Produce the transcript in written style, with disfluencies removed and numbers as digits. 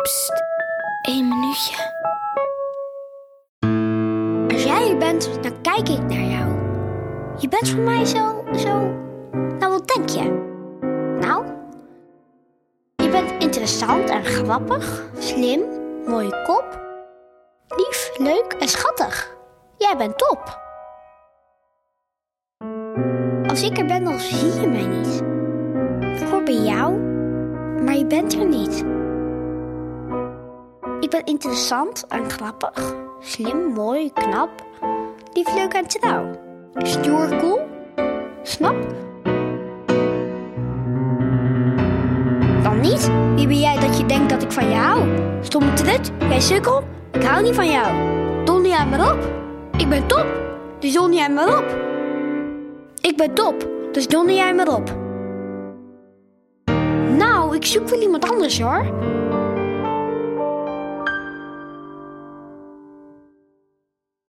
Psst, 1 minuutje. Als jij er bent, dan kijk ik naar jou. Je bent voor mij zo... Nou, wat denk je? Nou, je bent interessant en grappig, slim, mooie kop, lief, leuk en schattig. Jij bent top. Als ik er ben, dan zie je mij niet. Ik hoor bij jou, maar je bent er niet. Ik ben interessant en grappig, slim, mooi, knap, lief, leuk en trouw. Stoer, cool, snap? Dan niet? Wie ben jij dat je denkt dat ik van je hou? Stomme trut, jij sukkel, ik hou niet van jou. Donder jij maar op. Ik ben top, dus donder jij maar op. Ik ben top, dus donder jij maar op. Nou, ik zoek wel iemand anders hoor.